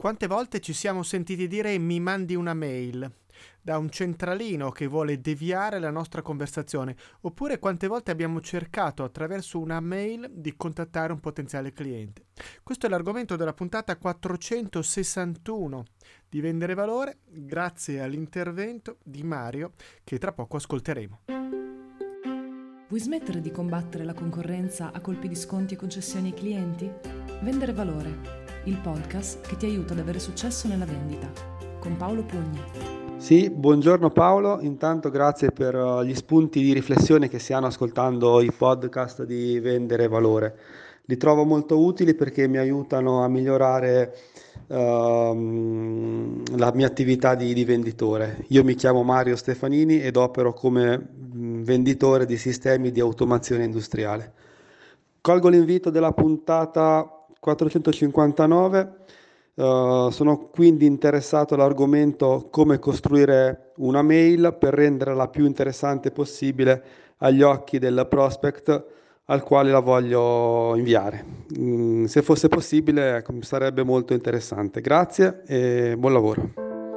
Quante volte ci siamo sentiti dire mi mandi una mail da un centralino che vuole deviare la nostra conversazione, oppure quante volte abbiamo cercato attraverso una mail di contattare un potenziale cliente. Questo è l'argomento della puntata 461 di Vendere Valore, grazie all'intervento di Mario che tra poco ascolteremo. Vuoi smettere di combattere la concorrenza a colpi di sconti e concessioni ai clienti? Vendere Valore, il podcast che ti aiuta ad avere successo nella vendita, con Paolo Pugni. Sì, buongiorno Paolo, intanto grazie per gli spunti di riflessione che si hanno ascoltando i podcast di Vendere Valore. Li trovo molto utili perché mi aiutano a migliorare la mia attività di venditore. Io mi chiamo Mario Stefanini ed opero come venditore di sistemi di automazione industriale. Colgo l'invito della puntata 459. Sono quindi interessato all'argomento come costruire una mail per renderla più interessante possibile agli occhi del prospect al quale la voglio inviare. Se fosse possibile, sarebbe molto interessante. Grazie e buon lavoro.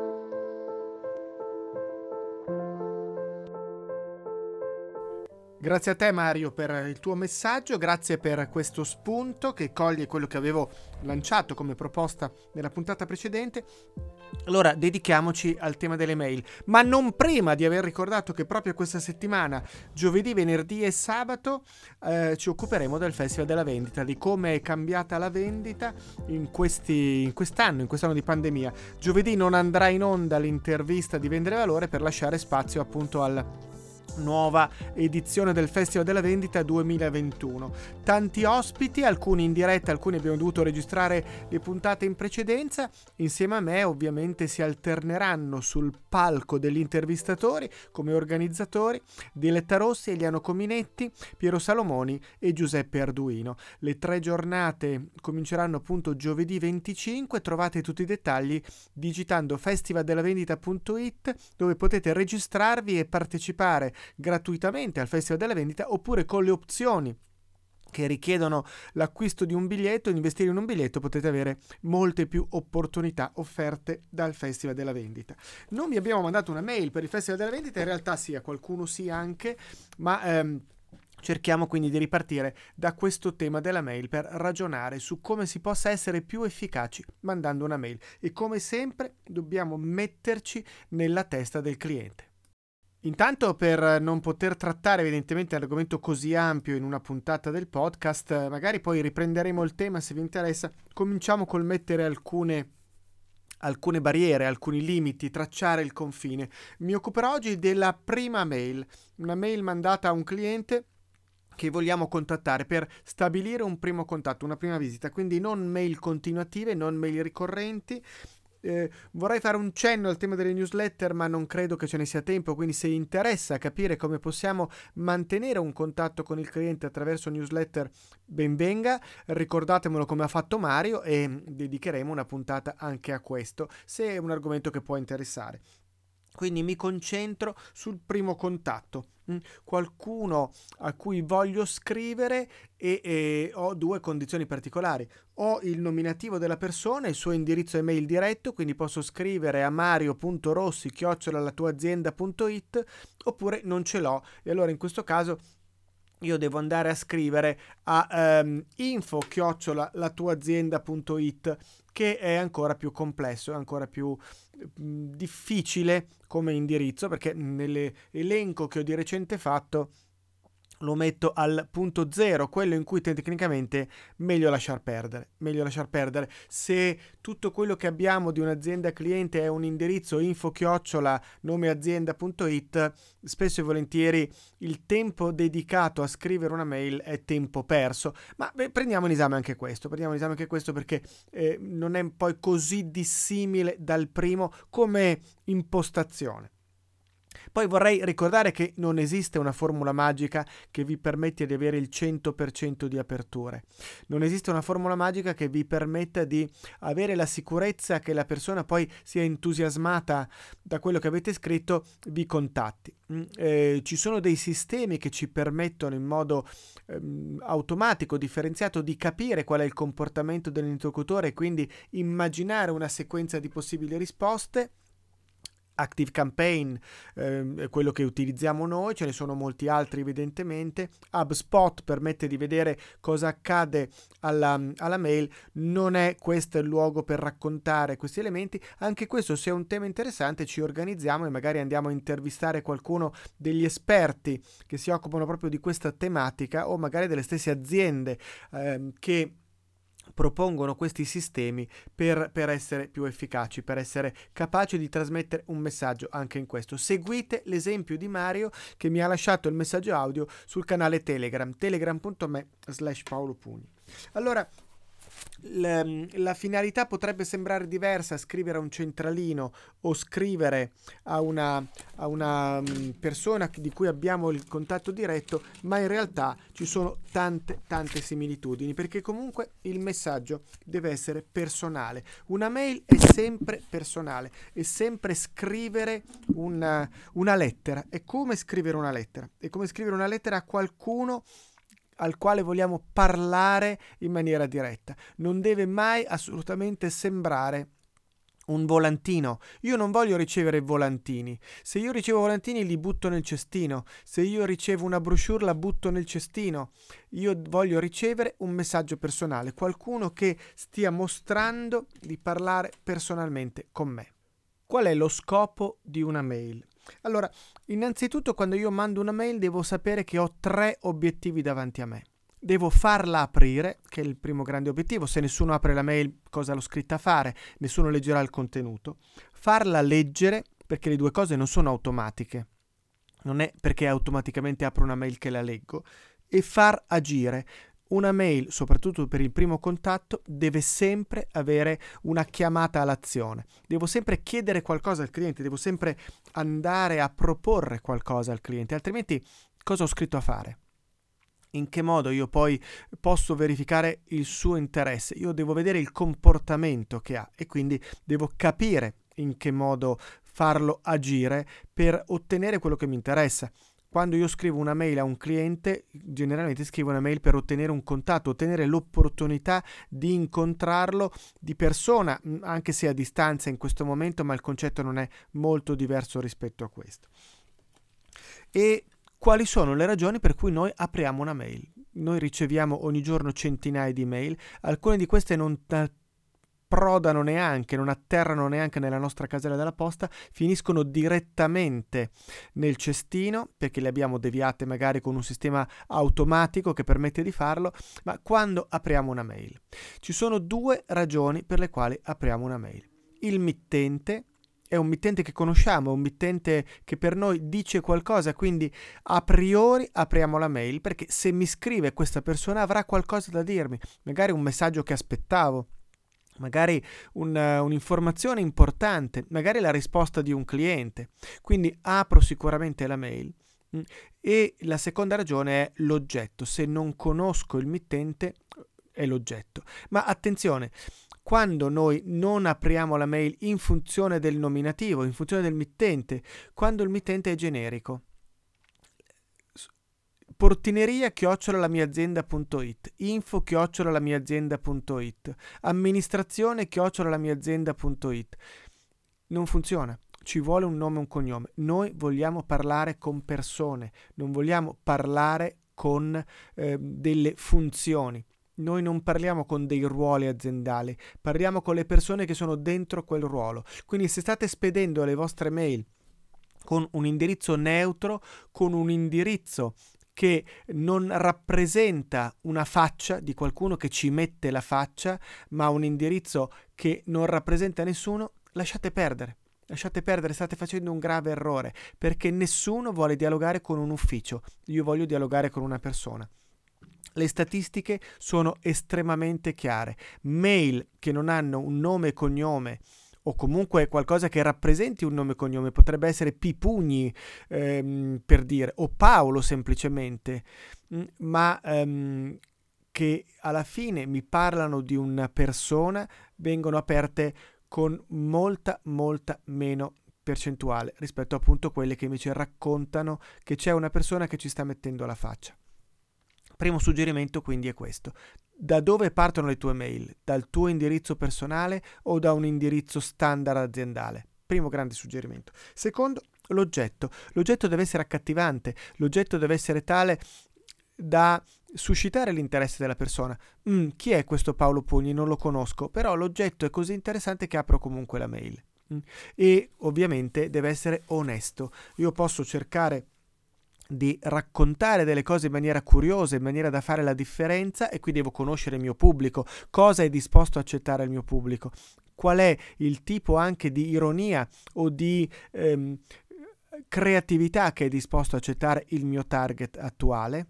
Grazie a te Mario per il tuo messaggio, grazie per questo spunto che coglie quello che avevo lanciato come proposta nella puntata precedente. Allora dedichiamoci al tema delle mail, ma non prima di aver ricordato che proprio questa settimana, giovedì, venerdì e sabato, ci occuperemo del Festival della Vendita, di come è cambiata la vendita in quest'anno di pandemia. Giovedì non andrà in onda l'intervista di Vendere Valore per lasciare spazio appunto al nuova edizione del Festival della Vendita 2021. Tanti ospiti, alcuni in diretta, alcuni abbiamo dovuto registrare le puntate in precedenza. Insieme a me ovviamente si alterneranno sul palco degli intervistatori come organizzatori Diletta Rossi, Eliano Cominetti, Piero Salomoni e Giuseppe Arduino. Le 3 giornate cominceranno appunto giovedì 25, trovate tutti i dettagli digitando festivaldellavendita.it, dove potete registrarvi e partecipare gratuitamente al Festival della Vendita, oppure con le opzioni che richiedono l'acquisto di un biglietto, investire in un biglietto, potete avere molte più opportunità offerte dal Festival della Vendita. Non vi abbiamo mandato una mail per il Festival della Vendita, in realtà sì, a qualcuno sì anche, ma cerchiamo quindi di ripartire da questo tema della mail per ragionare su come si possa essere più efficaci mandando una mail, e come sempre dobbiamo metterci nella testa del cliente. Intanto, per non poter trattare evidentemente l'argomento così ampio in una puntata del podcast, magari poi riprenderemo il tema se vi interessa. Cominciamo col mettere alcune barriere, alcuni limiti, tracciare il confine. Mi occuperò oggi della prima mail, una mail mandata a un cliente che vogliamo contattare per stabilire un primo contatto, una prima visita, quindi non mail continuative, non mail ricorrenti. Vorrei fare un cenno al tema delle newsletter, ma non credo che ce ne sia tempo, quindi se interessa capire come possiamo mantenere un contatto con il cliente attraverso newsletter, ben venga, ricordatemelo come ha fatto Mario e dedicheremo una puntata anche a questo, se è un argomento che può interessare. Quindi mi concentro sul primo contatto, qualcuno a cui voglio scrivere e ho 2 condizioni particolari. Ho il nominativo della persona, il suo indirizzo email diretto, quindi posso scrivere a mario.rossi@latuazienda.it, oppure non ce l'ho, e allora in questo caso io devo andare a scrivere a info@latuazienda.it, che è ancora più complesso, è ancora più difficile come indirizzo, perché nell'elenco che ho di recente fatto lo metto al punto 0, quello in cui tecnicamente meglio lasciar perdere. Se tutto quello che abbiamo di un'azienda cliente è un indirizzo info@nomeazienda.it, spesso e volentieri il tempo dedicato a scrivere una mail è tempo perso. Ma prendiamo in esame anche questo perché non è poi così dissimile dal primo come impostazione. Poi vorrei ricordare che non esiste una formula magica che vi permette di avere il 100% di aperture. Non esiste una formula magica che vi permetta di avere la sicurezza che la persona poi sia entusiasmata da quello che avete scritto, vi contatti. Ci sono dei sistemi che ci permettono in modo automatico, differenziato, di capire qual è il comportamento dell'interlocutore e quindi immaginare una sequenza di possibili risposte. ActiveCampaign è quello che utilizziamo noi, ce ne sono molti altri evidentemente. HubSpot permette di vedere cosa accade alla mail. Non è questo il luogo per raccontare questi elementi. Anche questo, se è un tema interessante, ci organizziamo e magari andiamo a intervistare qualcuno degli esperti che si occupano proprio di questa tematica, o magari delle stesse aziende che propongono questi sistemi per essere più efficaci, per essere capaci di trasmettere un messaggio anche in questo. Seguite l'esempio di Mario, che mi ha lasciato il messaggio audio sul canale Telegram, telegram.me/paolopugni. Allora, la finalità potrebbe sembrare diversa: scrivere a un centralino o scrivere a una persona di cui abbiamo il contatto diretto, ma in realtà ci sono tante similitudini, perché comunque il messaggio deve essere personale. Una mail è sempre personale, è sempre scrivere una lettera. È come scrivere una lettera, è come scrivere una lettera a qualcuno al quale vogliamo parlare in maniera diretta. Non deve mai assolutamente sembrare un volantino. Io non voglio ricevere volantini. Se io ricevo volantini, li butto nel cestino. Se io ricevo una brochure, la butto nel cestino. Io voglio ricevere un messaggio personale, qualcuno che stia mostrando di parlare personalmente con me. Qual è lo scopo di una mail? Allora, innanzitutto, quando io mando una mail devo sapere che ho 3 obiettivi davanti a me. Devo farla aprire, che è il primo grande obiettivo. Se nessuno apre la mail, cosa l'ho scritta a fare? Nessuno leggerà il contenuto. Farla leggere, perché le due cose non sono automatiche. Non è perché automaticamente apro una mail che la leggo. E far agire. Una mail, soprattutto per il primo contatto, deve sempre avere una chiamata all'azione. Devo sempre chiedere qualcosa al cliente, devo sempre andare a proporre qualcosa al cliente, altrimenti cosa ho scritto a fare? In che modo io poi posso verificare il suo interesse? Io devo vedere il comportamento che ha e quindi devo capire in che modo farlo agire per ottenere quello che mi interessa. Quando io scrivo una mail a un cliente, generalmente scrivo una mail per ottenere un contatto, ottenere l'opportunità di incontrarlo di persona, anche se a distanza in questo momento, ma il concetto non è molto diverso rispetto a questo. E quali sono le ragioni per cui noi apriamo una mail? Noi riceviamo ogni giorno centinaia di mail, alcune di queste non approdano neanche, non atterrano neanche nella nostra casella della posta, finiscono direttamente nel cestino perché le abbiamo deviate magari con un sistema automatico che permette di farlo. Ma quando apriamo una mail, ci sono 2 ragioni per le quali apriamo una mail. Il mittente è un mittente che conosciamo, un mittente che per noi dice qualcosa, quindi a priori apriamo la mail perché se mi scrive questa persona avrà qualcosa da dirmi, magari un messaggio che aspettavo, magari un'informazione importante, magari la risposta di un cliente. Quindi apro sicuramente la mail. E la seconda ragione è l'oggetto. Se non conosco il mittente, è l'oggetto. Ma attenzione, quando noi non apriamo la mail in funzione del nominativo, in funzione del mittente, quando il mittente è generico, portineria@lamiaazienda.it, info@lamiaazienda.it, amministrazione@lamiaazienda.it. Non funziona. Ci vuole un nome e un cognome. Noi vogliamo parlare con persone, non vogliamo parlare con delle funzioni. Noi non parliamo con dei ruoli aziendali, parliamo con le persone che sono dentro quel ruolo. Quindi se state spedendo le vostre mail con un indirizzo neutro, con un indirizzo che non rappresenta una faccia di qualcuno che ci mette la faccia, ma un indirizzo che non rappresenta nessuno, lasciate perdere. Lasciate perdere, state facendo un grave errore, perché nessuno vuole dialogare con un ufficio. Io voglio dialogare con una persona. Le statistiche sono estremamente chiare. Mail che non hanno un nome e cognome o comunque qualcosa che rappresenti un nome e cognome, potrebbe essere Pipugni, per dire, o Paolo semplicemente, ma che alla fine mi parlano di una persona, vengono aperte con molta meno percentuale rispetto appunto a quelle che invece raccontano che c'è una persona che ci sta mettendo la faccia. Primo suggerimento quindi è questo: da dove partono le tue mail? Dal tuo indirizzo personale o da un indirizzo standard aziendale? Primo grande suggerimento. Secondo, l'oggetto deve essere accattivante, l'oggetto deve essere tale da suscitare l'interesse della persona. Chi è questo Paolo Pugni? Non lo conosco, però l'oggetto è così interessante che apro comunque la mail. E ovviamente deve essere onesto. Io posso cercare di raccontare delle cose in maniera curiosa, in maniera da fare la differenza, e qui devo conoscere il mio pubblico, cosa è disposto a accettare il mio pubblico, qual è il tipo anche di ironia o di creatività che è disposto a accettare il mio target attuale,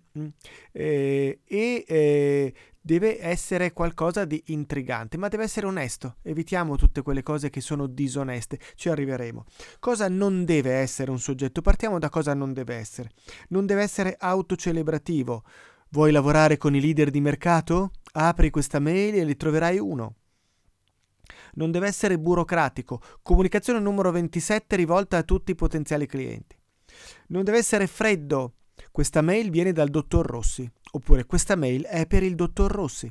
deve essere qualcosa di intrigante, ma deve essere onesto. Evitiamo tutte quelle cose che sono disoneste, ci arriveremo. Cosa non deve essere un soggetto? Partiamo da cosa non deve essere. Non deve essere autocelebrativo. Vuoi lavorare con i leader di mercato? Apri questa mail e ne troverai uno. Non deve essere burocratico. Comunicazione numero 27 rivolta a tutti i potenziali clienti. Non deve essere freddo. Questa mail viene dal dottor Rossi. Oppure questa mail è per il dottor Rossi.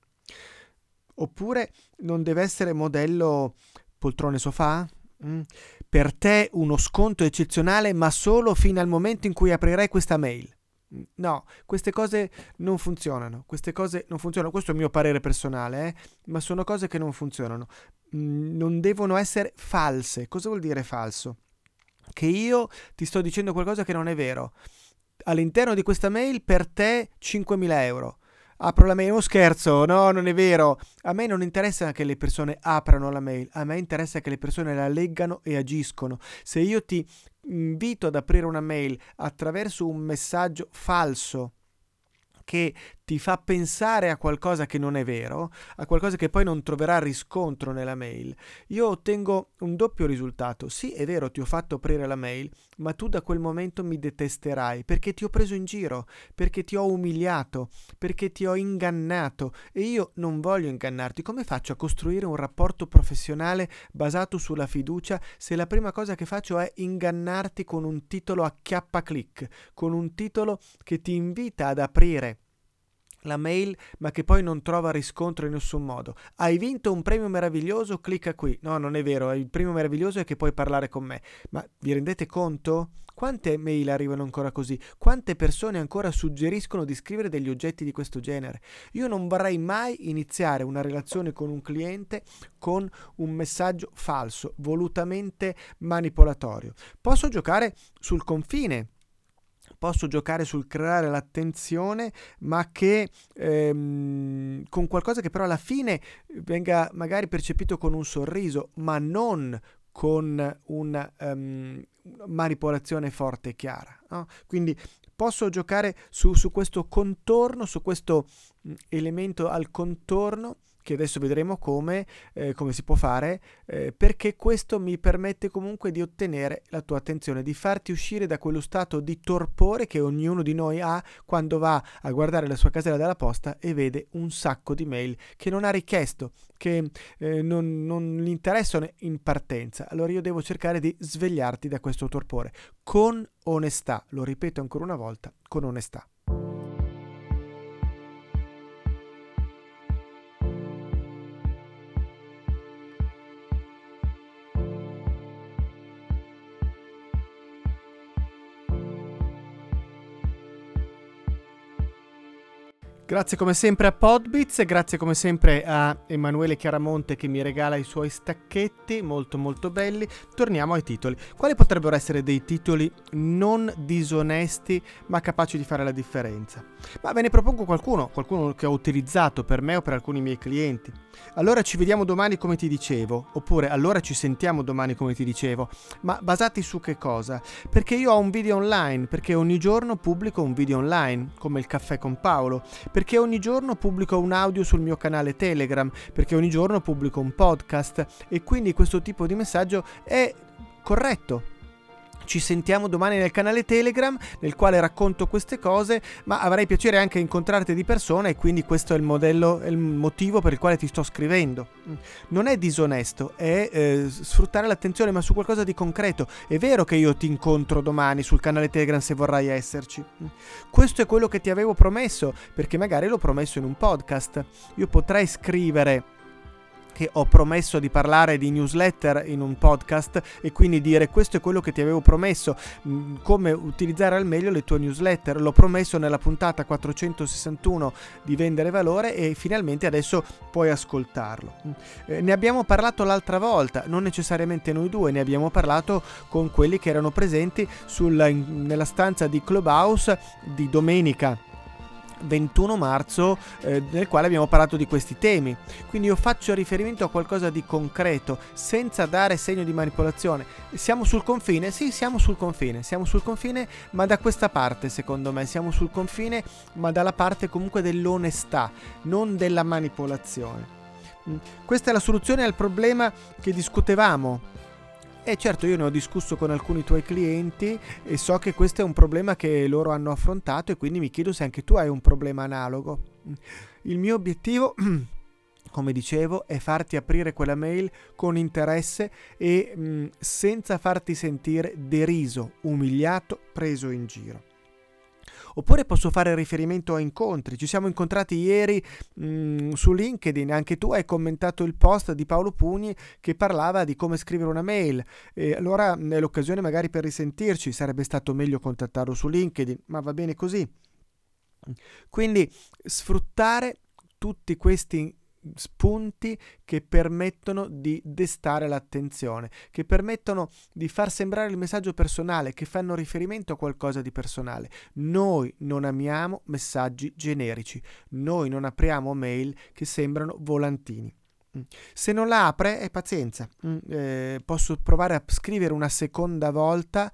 Oppure non deve essere modello poltrone sofà. Per te uno sconto eccezionale, ma solo fino al momento in cui aprirai questa mail. No, queste cose non funzionano. Questo è il mio parere personale, ma sono cose che non funzionano. Non devono essere false. Cosa vuol dire falso? Che io ti sto dicendo qualcosa che non è vero. All'interno di questa mail per te 5.000 euro. Apro la mail, uno scherzo, no, non è vero. A me non interessa che le persone aprano la mail, a me interessa che le persone la leggano e agiscono. Se io ti invito ad aprire una mail attraverso un messaggio falso che ti fa pensare a qualcosa che non è vero, a qualcosa che poi non troverà riscontro nella mail, io ottengo un doppio risultato. Sì, è vero, ti ho fatto aprire la mail, ma tu da quel momento mi detesterai perché ti ho preso in giro, perché ti ho umiliato, perché ti ho ingannato, e io non voglio ingannarti. Come faccio a costruire un rapporto professionale basato sulla fiducia se la prima cosa che faccio è ingannarti con un titolo a chiappa-click, con un titolo che ti invita ad aprire la mail ma che poi non trova riscontro in nessun modo? Hai vinto un premio meraviglioso, clicca qui. No, non è vero, il premio meraviglioso è che puoi parlare con me. Ma vi rendete conto? Quante mail arrivano ancora così? Quante persone ancora suggeriscono di scrivere degli oggetti di questo genere? Io non vorrei mai iniziare una relazione con un cliente con un messaggio falso, volutamente manipolatorio. Posso giocare sul confine, posso giocare sul creare l'attenzione, ma che con qualcosa che però alla fine venga magari percepito con un sorriso, ma non con una manipolazione forte e chiara, no? Quindi posso giocare su questo contorno, su questo elemento al contorno, che adesso vedremo come si può fare, perché questo mi permette comunque di ottenere la tua attenzione, di farti uscire da quello stato di torpore che ognuno di noi ha quando va a guardare la sua casella della posta e vede un sacco di mail che non ha richiesto, che non gli interessano in partenza. Allora io devo cercare di svegliarti da questo torpore con onestà, lo ripeto ancora una volta, con onestà. Grazie come sempre a Podbits e grazie come sempre a Emanuele Chiaramonte che mi regala i suoi stacchetti molto molto belli. Torniamo ai titoli. Quali potrebbero essere dei titoli non disonesti ma capaci di fare la differenza? Ma ve ne propongo qualcuno che ho utilizzato per me o per alcuni miei clienti. Allora ci vediamo domani come ti dicevo, oppure allora ci sentiamo domani come ti dicevo, ma basati su che cosa? Perché io ho un video online, perché ogni giorno pubblico un video online, come il caffè con Paolo, Perché ogni giorno pubblico un audio sul mio canale Telegram, perché ogni giorno pubblico un podcast e quindi questo tipo di messaggio è corretto. Ci sentiamo domani nel canale Telegram nel quale racconto queste cose, ma avrei piacere anche incontrarti di persona e quindi questo è il motivo per il quale ti sto scrivendo. Non è disonesto, è sfruttare l'attenzione, ma su qualcosa di concreto. È vero che io ti incontro domani sul canale Telegram se vorrai esserci. Questo è quello che ti avevo promesso, perché magari l'ho promesso in un podcast. Io potrei scrivere che ho promesso di parlare di newsletter in un podcast e quindi dire questo è quello che ti avevo promesso, come utilizzare al meglio le tue newsletter. L'ho promesso nella puntata 461 di Vendere Valore e finalmente adesso puoi ascoltarlo. Ne abbiamo parlato l'altra volta, non necessariamente noi due, ne abbiamo parlato con quelli che erano presenti nella stanza di Clubhouse di domenica 21 marzo nel quale abbiamo parlato di questi temi. Quindi io faccio riferimento a qualcosa di concreto senza dare segno di manipolazione. Siamo sul confine? Sì, siamo sul confine, ma da questa parte, secondo me siamo sul confine, ma dalla parte comunque dell'onestà, non della manipolazione. Questa è la soluzione al problema che discutevamo. E certo, io ne ho discusso con alcuni tuoi clienti e so che questo è un problema che loro hanno affrontato e quindi mi chiedo se anche tu hai un problema analogo. Il mio obiettivo, come dicevo, è farti aprire quella mail con interesse e senza farti sentire deriso, umiliato, preso in giro. Oppure posso fare riferimento a incontri. Ci siamo incontrati ieri su LinkedIn, anche tu hai commentato il post di Paolo Pugni che parlava di come scrivere una mail e allora è l'occasione magari per risentirci. Sarebbe stato meglio contattarlo su LinkedIn, ma va bene così. Quindi sfruttare tutti questi spunti che permettono di destare l'attenzione, che permettono di far sembrare il messaggio personale, che fanno riferimento a qualcosa di personale. Noi non amiamo messaggi generici, noi non apriamo mail che sembrano volantini. Se non la apre, pazienza, posso provare a scrivere una seconda volta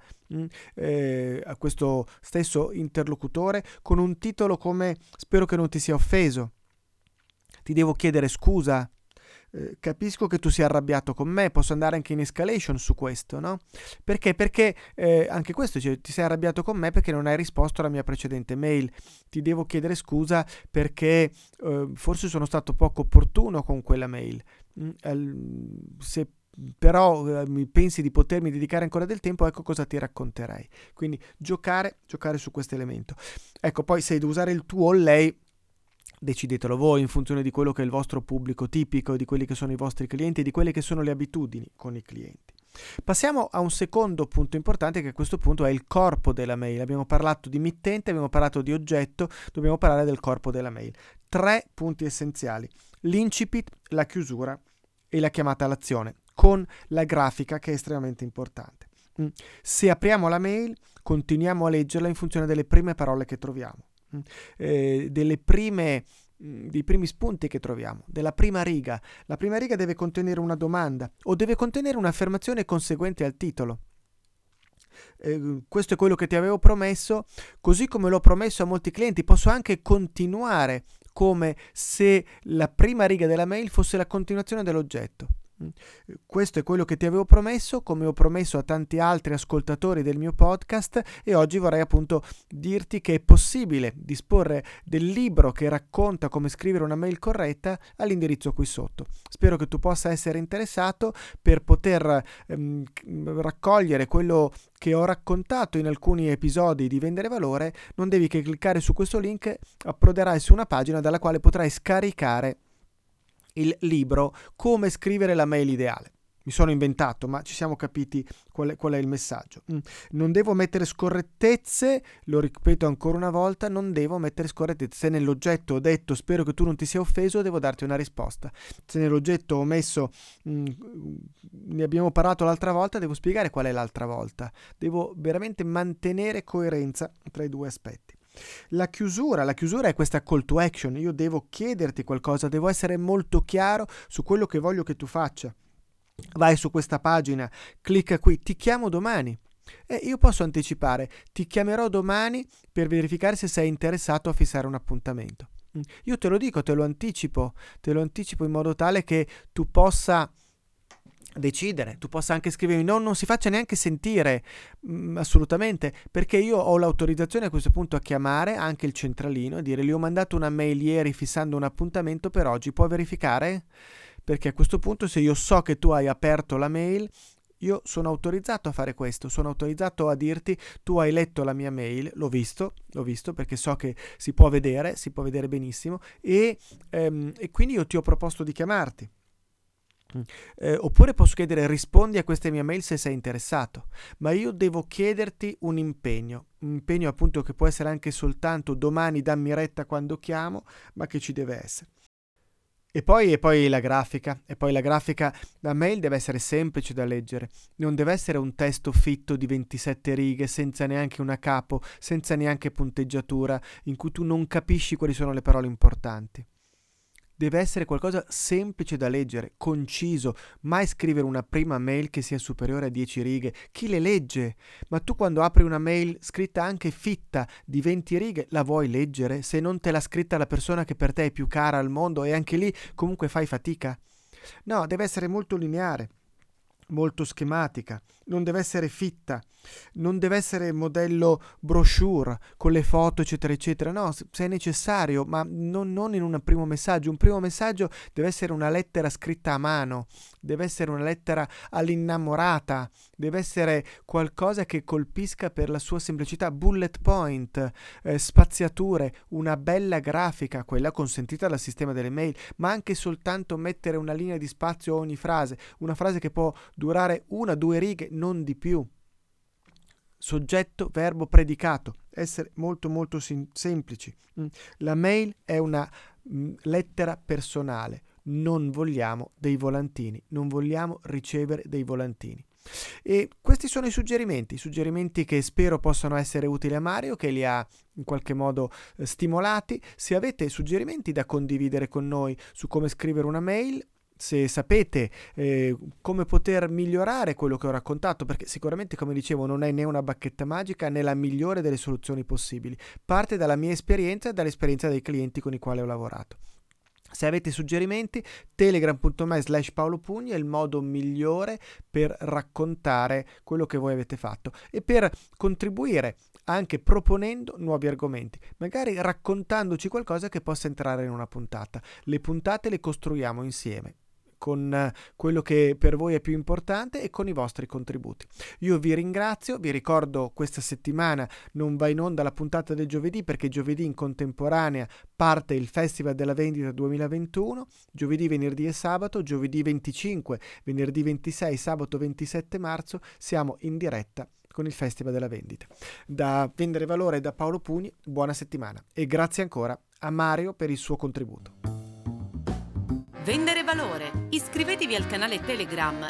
a questo stesso interlocutore con un titolo come "Spero che non ti sia offeso", "Ti devo chiedere scusa", capisco che tu sia arrabbiato con me, posso andare anche in escalation su questo, no? Perché? Perché anche questo, cioè, ti sei arrabbiato con me perché non hai risposto alla mia precedente mail. Ti devo chiedere scusa perché forse sono stato poco opportuno con quella mail. Se però mi pensi di potermi dedicare ancora del tempo, ecco cosa ti racconterei. Quindi giocare su questo elemento. Ecco, poi se devo usare il tu o lei, decidetelo voi in funzione di quello che è il vostro pubblico tipico, di quelli che sono i vostri clienti e di quelle che sono le abitudini con i clienti. Passiamo a un secondo punto importante, che a questo punto è il corpo della mail. Abbiamo parlato di mittente, abbiamo parlato di oggetto, dobbiamo parlare del corpo della mail. 3 punti essenziali: l'incipit, la chiusura e la chiamata all'azione, con la grafica che è estremamente importante. Se apriamo la mail, continuiamo a leggerla in funzione delle prime parole che troviamo. Dei primi spunti che troviamo, della prima riga. La prima riga deve contenere una domanda o deve contenere un'affermazione conseguente al titolo. Questo è quello che ti avevo promesso, così come l'ho promesso a molti clienti. Posso anche continuare come se la prima riga della mail fosse la continuazione dell'oggetto. Questo è quello che ti avevo promesso, come ho promesso a tanti altri ascoltatori del mio podcast, e oggi vorrei appunto dirti che è possibile disporre del libro che racconta come scrivere una mail corretta all'indirizzo qui sotto. Spero che tu possa essere interessato. Per poter raccogliere quello che ho raccontato in alcuni episodi di Vendere Valore, non devi che cliccare su questo link, approderai su una pagina dalla quale potrai scaricare il libro Come scrivere la mail ideale. Mi sono inventato, ma ci siamo capiti qual è il messaggio. Non devo mettere scorrettezze, lo ripeto ancora una volta, non devo mettere scorrettezze. Se nell'oggetto ho detto "spero che tu non ti sia offeso", devo darti una risposta. Se nell'oggetto ho messo ne abbiamo parlato l'altra volta, devo spiegare qual è l'altra volta. Devo veramente mantenere coerenza tra i due aspetti. La chiusura è questa call to action. Io devo chiederti qualcosa, devo essere molto chiaro su quello che voglio che tu faccia. Vai su questa pagina, clicca qui, ti chiamo domani. Io posso anticipare, ti chiamerò domani per verificare se sei interessato a fissare un appuntamento. Io te lo dico, te lo anticipo in modo tale che tu possa decidere, tu possa anche scrivermi, non si faccia neanche sentire, assolutamente, perché io ho l'autorizzazione a questo punto a chiamare anche il centralino e dire: gli ho mandato una mail ieri fissando un appuntamento per oggi, può verificare? Perché a questo punto, se io so che tu hai aperto la mail, io sono autorizzato a fare questo, sono autorizzato a dirti: tu hai letto la mia mail, l'ho visto perché so che si può vedere benissimo, e quindi io ti ho proposto di chiamarti. Oppure posso chiedere: rispondi a queste mie mail se sei interessato, ma io devo chiederti un impegno appunto che può essere anche soltanto domani dammi retta quando chiamo, ma che ci deve essere. E poi la grafica, la mail deve essere semplice da leggere, non deve essere un testo fitto di 27 righe senza neanche una capo, senza neanche punteggiatura, in cui tu non capisci quali sono le parole importanti. Deve essere qualcosa semplice da leggere, conciso, mai scrivere una prima mail che sia superiore a 10 righe. Chi le legge? Ma tu quando apri una mail scritta anche fitta di 20 righe, la vuoi leggere? Se non te l'ha scritta la persona che per te è più cara al mondo e anche lì comunque fai fatica? No, deve essere molto lineare, molto schematica, non deve essere fitta, non deve essere modello brochure con le foto eccetera eccetera, no, se è necessario, ma non in un primo messaggio deve essere una lettera scritta a mano, deve essere una lettera all'innamorata, deve essere qualcosa che colpisca per la sua semplicità, bullet point, spaziature, una bella grafica, quella consentita dal sistema delle mail, ma anche soltanto mettere una linea di spazio a ogni frase, una frase che può durare 1-2 righe, non di più. Soggetto, verbo, predicato, essere molto molto semplici. La mail è una lettera personale, non vogliamo dei volantini, non vogliamo ricevere dei volantini. E questi sono i suggerimenti che spero possano essere utili a Mario, che li ha in qualche modo stimolati. Se avete suggerimenti da condividere con noi su come scrivere una mail, se sapete come poter migliorare quello che ho raccontato, perché sicuramente, come dicevo, non è né una bacchetta magica né la migliore delle soluzioni possibili, parte dalla mia esperienza e dall'esperienza dei clienti con i quali ho lavorato. Se avete suggerimenti, telegram.me/paolopugni è il modo migliore per raccontare quello che voi avete fatto e per contribuire anche proponendo nuovi argomenti, magari raccontandoci qualcosa che possa entrare in una puntata. Le puntate le costruiamo insieme, con quello che per voi è più importante e con i vostri contributi. Io vi ringrazio, vi ricordo questa settimana non va in onda la puntata del giovedì, perché giovedì in contemporanea parte il Festival della Vendita 2021, giovedì, venerdì e sabato, giovedì 25, venerdì 26, sabato 27 marzo siamo in diretta con il Festival della Vendita. Da Vendere Valore e da Paolo Pugni, buona settimana e grazie ancora a Mario per il suo contributo. Vendere Valore. Iscrivetevi al canale Telegram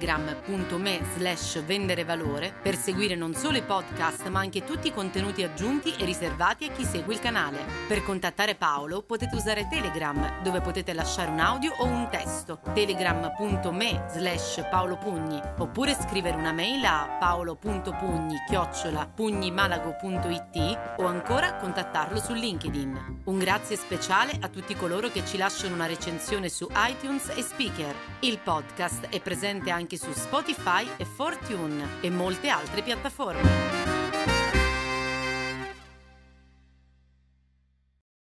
telegram.me/venderevalore per seguire non solo i podcast ma anche tutti i contenuti aggiunti e riservati a chi segue il canale. Per contattare Paolo potete usare Telegram, dove potete lasciare un audio o un testo, telegram.me/paolopugni, oppure scrivere una mail a paolo.pugni@pugnimalago.it o ancora contattarlo su LinkedIn. Un grazie speciale a tutti coloro che ci lasciano una recensione su iTunes e Speaker. Il podcast è presente anche su Spotify e Fortune e molte altre piattaforme.